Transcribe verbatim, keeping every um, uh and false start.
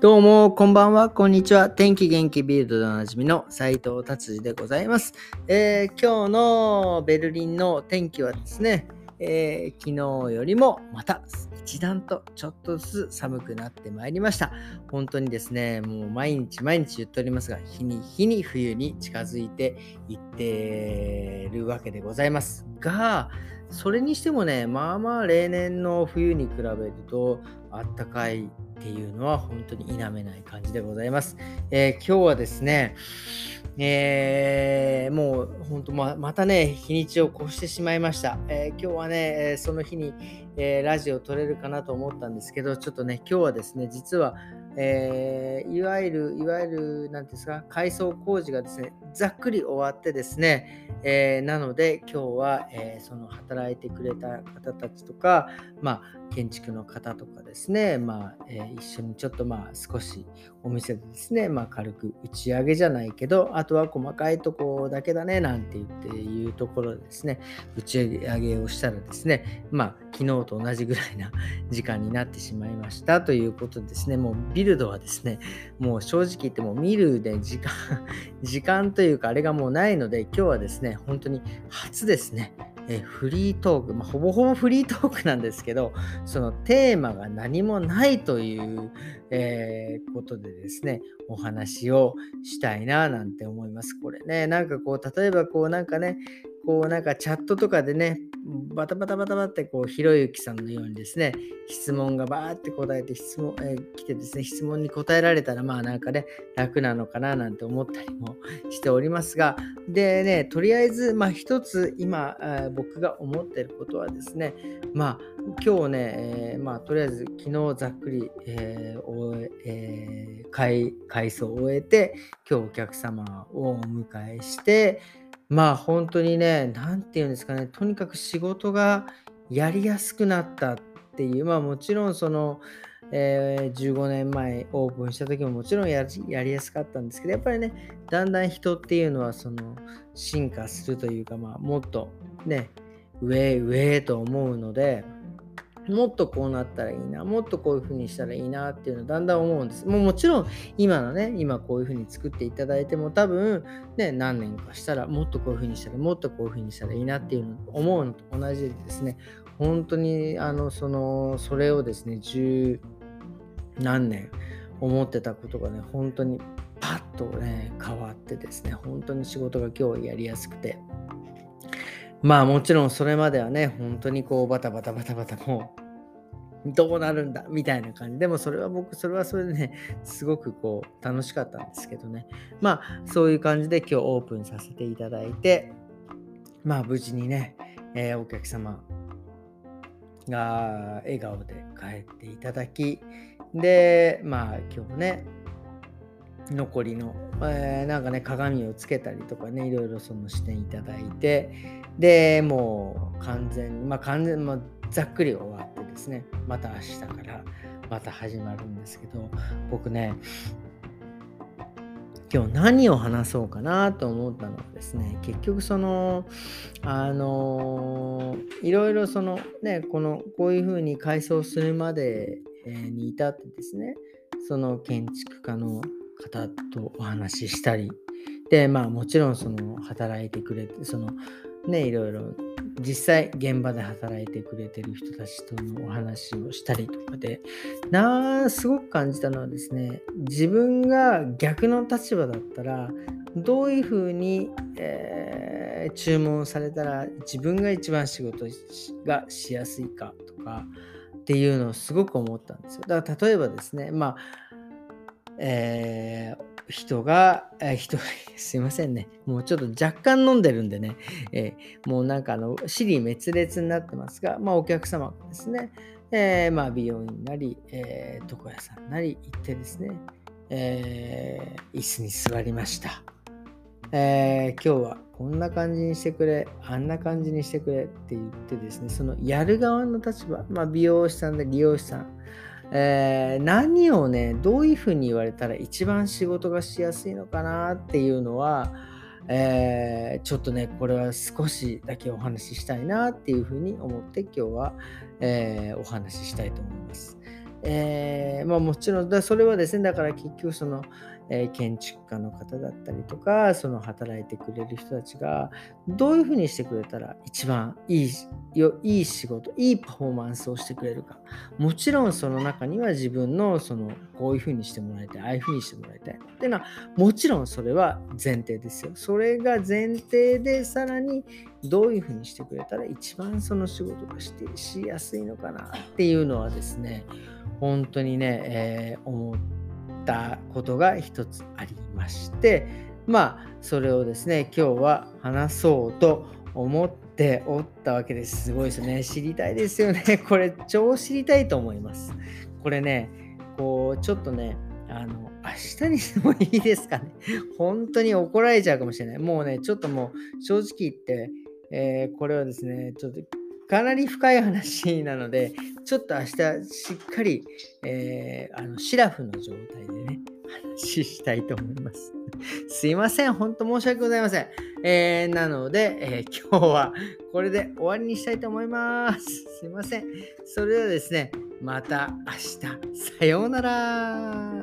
どうも、こんばんは、こんにちは。天気元気ビルドでおなじみの斉藤達治でございます。えー今日のベルリンの天気はですね、えー昨日よりもまた一段とちょっとずつ寒くなってまいりました。本当にですね、もう毎日毎日言っておりますが、日に日に冬に近づいていっているわけでございますが、それにしてもね、まあまあ例年の冬に比べるとあったかいっていうのは本当に否めない感じでございます。えー今日はですね、えーもう本当ままたね、日にちを越してしまいました。えー今日はね、えーその日に、えーラジオ撮れるかなと思ったんですけど、ちょっとね、今日はですね、実は、えーいわゆる、いわゆる、なんていうんですか、改装工事がですね、ざっくり終わってですね、えーなので今日は、えーその働いてくれた方たちとか、まあ、建築の方とかですね、まあえー一緒にちょっとまあ少しお店でですね、まあ、軽く打ち上げじゃないけど、あとは細かいとこだけだねなんて言っていうところでですね、打ち上げをしたらですね、まあ昨日と同じぐらいな時間になってしまいましたということでですね、もうビルドはですね、もう正直言っても見るで時間時間というかあれがもうないので、今日はですね、本当に初ですね、えフリートーク、まあ、ほぼほぼフリートークなんですけど、そのテーマが何もないという、えーことでですね、お話をしたいななんて思います。これね、なんかこう、例えばこうなんかね、こうなんかチャットとかでね、バタバタバタバってこう、ひろゆきさんのようにですね、質問がバーって答えて質問、えー来てですね、質問に答えられたらまあなんかね、楽なのかななんて思ったりもしておりますが、でね、とりあえず、まあ一つ今、あー僕が思っていることはですね、まあ今日ね、えーまあとりあえず昨日ざっくり、えー終ええー改改装を終えて、今日お客様をお迎えして、まあ本当にね、なんていうんですかね、とにかく仕事がやりやすくなったっていう、まあもちろんその、えーじゅうごねんまえオープンした時ももちろんやりやりやすかったんですけど、やっぱりね、だんだん人っていうのはその進化するというか、まあもっとね、上へ上へと思うので、もっとこうなったらいいな、もっとこういう風にしたらいいなっていうのをだんだん思うんです。もうもちろん今のね、今こういう風に作っていただいても多分ね、何年かしたらもっとこういう風にしたらもっとこういう風にしたらいいなっていうのを思うのと同じでですね、本当にあのそのそれをですね、十何年思ってたことがね、本当にパッとね、変わってですね、本当に仕事が今日やりやすくて、まあもちろんそれまではね、本当にこうバタバタバタバタもうどうなるんだみたいな感じ。でもそれは僕、それはそれでね、すごくこう楽しかったんですけどね。まあそういう感じで今日オープンさせていただいて、まあ無事にね、えーお客様が笑顔で帰っていただき、で、まあ今日ね、残りの、えーなんかね、鏡をつけたりとかね、いろいろそのしていただいて、で、もう完全に、まあ完全、まあ、ざっくり終わってですね、また明日からまた始まるんですけど、僕ね、今日何を話そうかなと思ったのはですね、結局その、あのいろいろそのね、この、こういうふうに改装するまでえーに至ってですね、その建築家の方とお話ししたり、で、まあもちろんその働いてくれて、そのね、いろいろ実際現場で働いてくれてる人たちとのお話をしたりとかで、なあ、すごく感じたのはですね、自分が逆の立場だったら、どういうふうに、えー注文されたら自分が一番仕事しがしやすいかとかっていうのをすごく思ったんですよ。だから例えばですね、まあ、えー人が、えー人が、すいませんね。もうちょっと若干飲んでるんでね、えーもうなんかあの、尻滅裂になってますが、まあお客様がですね、えーまあ美容院なり、えー床屋さんなり行ってですね、えー椅子に座りました。えー今日はこんな感じにしてくれ、あんな感じにしてくれって言ってですね、そのやる側の立場、まあ美容師さんで利用師さん、えー何をね、どういうふうに言われたら一番仕事がしやすいのかなっていうのは、えーちょっとね、これは少しだけお話ししたいなっていうふうに思って今日は、えーお話ししたいと思います。 えーまあ、もちろんだそれはですね、だから結局その、えー建築家の方だったりとか、その働いてくれる人たちがどういうふうにしてくれたら一番いいよいい仕事、いいパフォーマンスをしてくれるか。もちろんその中には自分のそのこういうふうにしてもらいたい、ああいうふうにしてもらいたいっていうのは、もちろんそれは前提ですよ。それが前提で、さらにどういうふうにしてくれたら一番その仕事がしてしやすいのかなっていうのはですね、本当にね、えー思ったことが一つありまして、まあそれをですね、今日は話そうと思っておったわけです。すごいですよね。知りたいですよね。これ超知りたいと思います。これね、こうちょっとね、あの明日にしてもいいですかね。本当に怒られちゃうかもしれない。もうね、ちょっともう正直言って、えーこれはですね、ちょっとかなり深い話なので、ちょっと明日しっかり、えーあのシラフの状態でね、話したいと思います。すいません。本当申し訳ございません。えーなので、えー今日はこれで終わりにしたいと思います。すいません。それではですね、また明日。さようなら。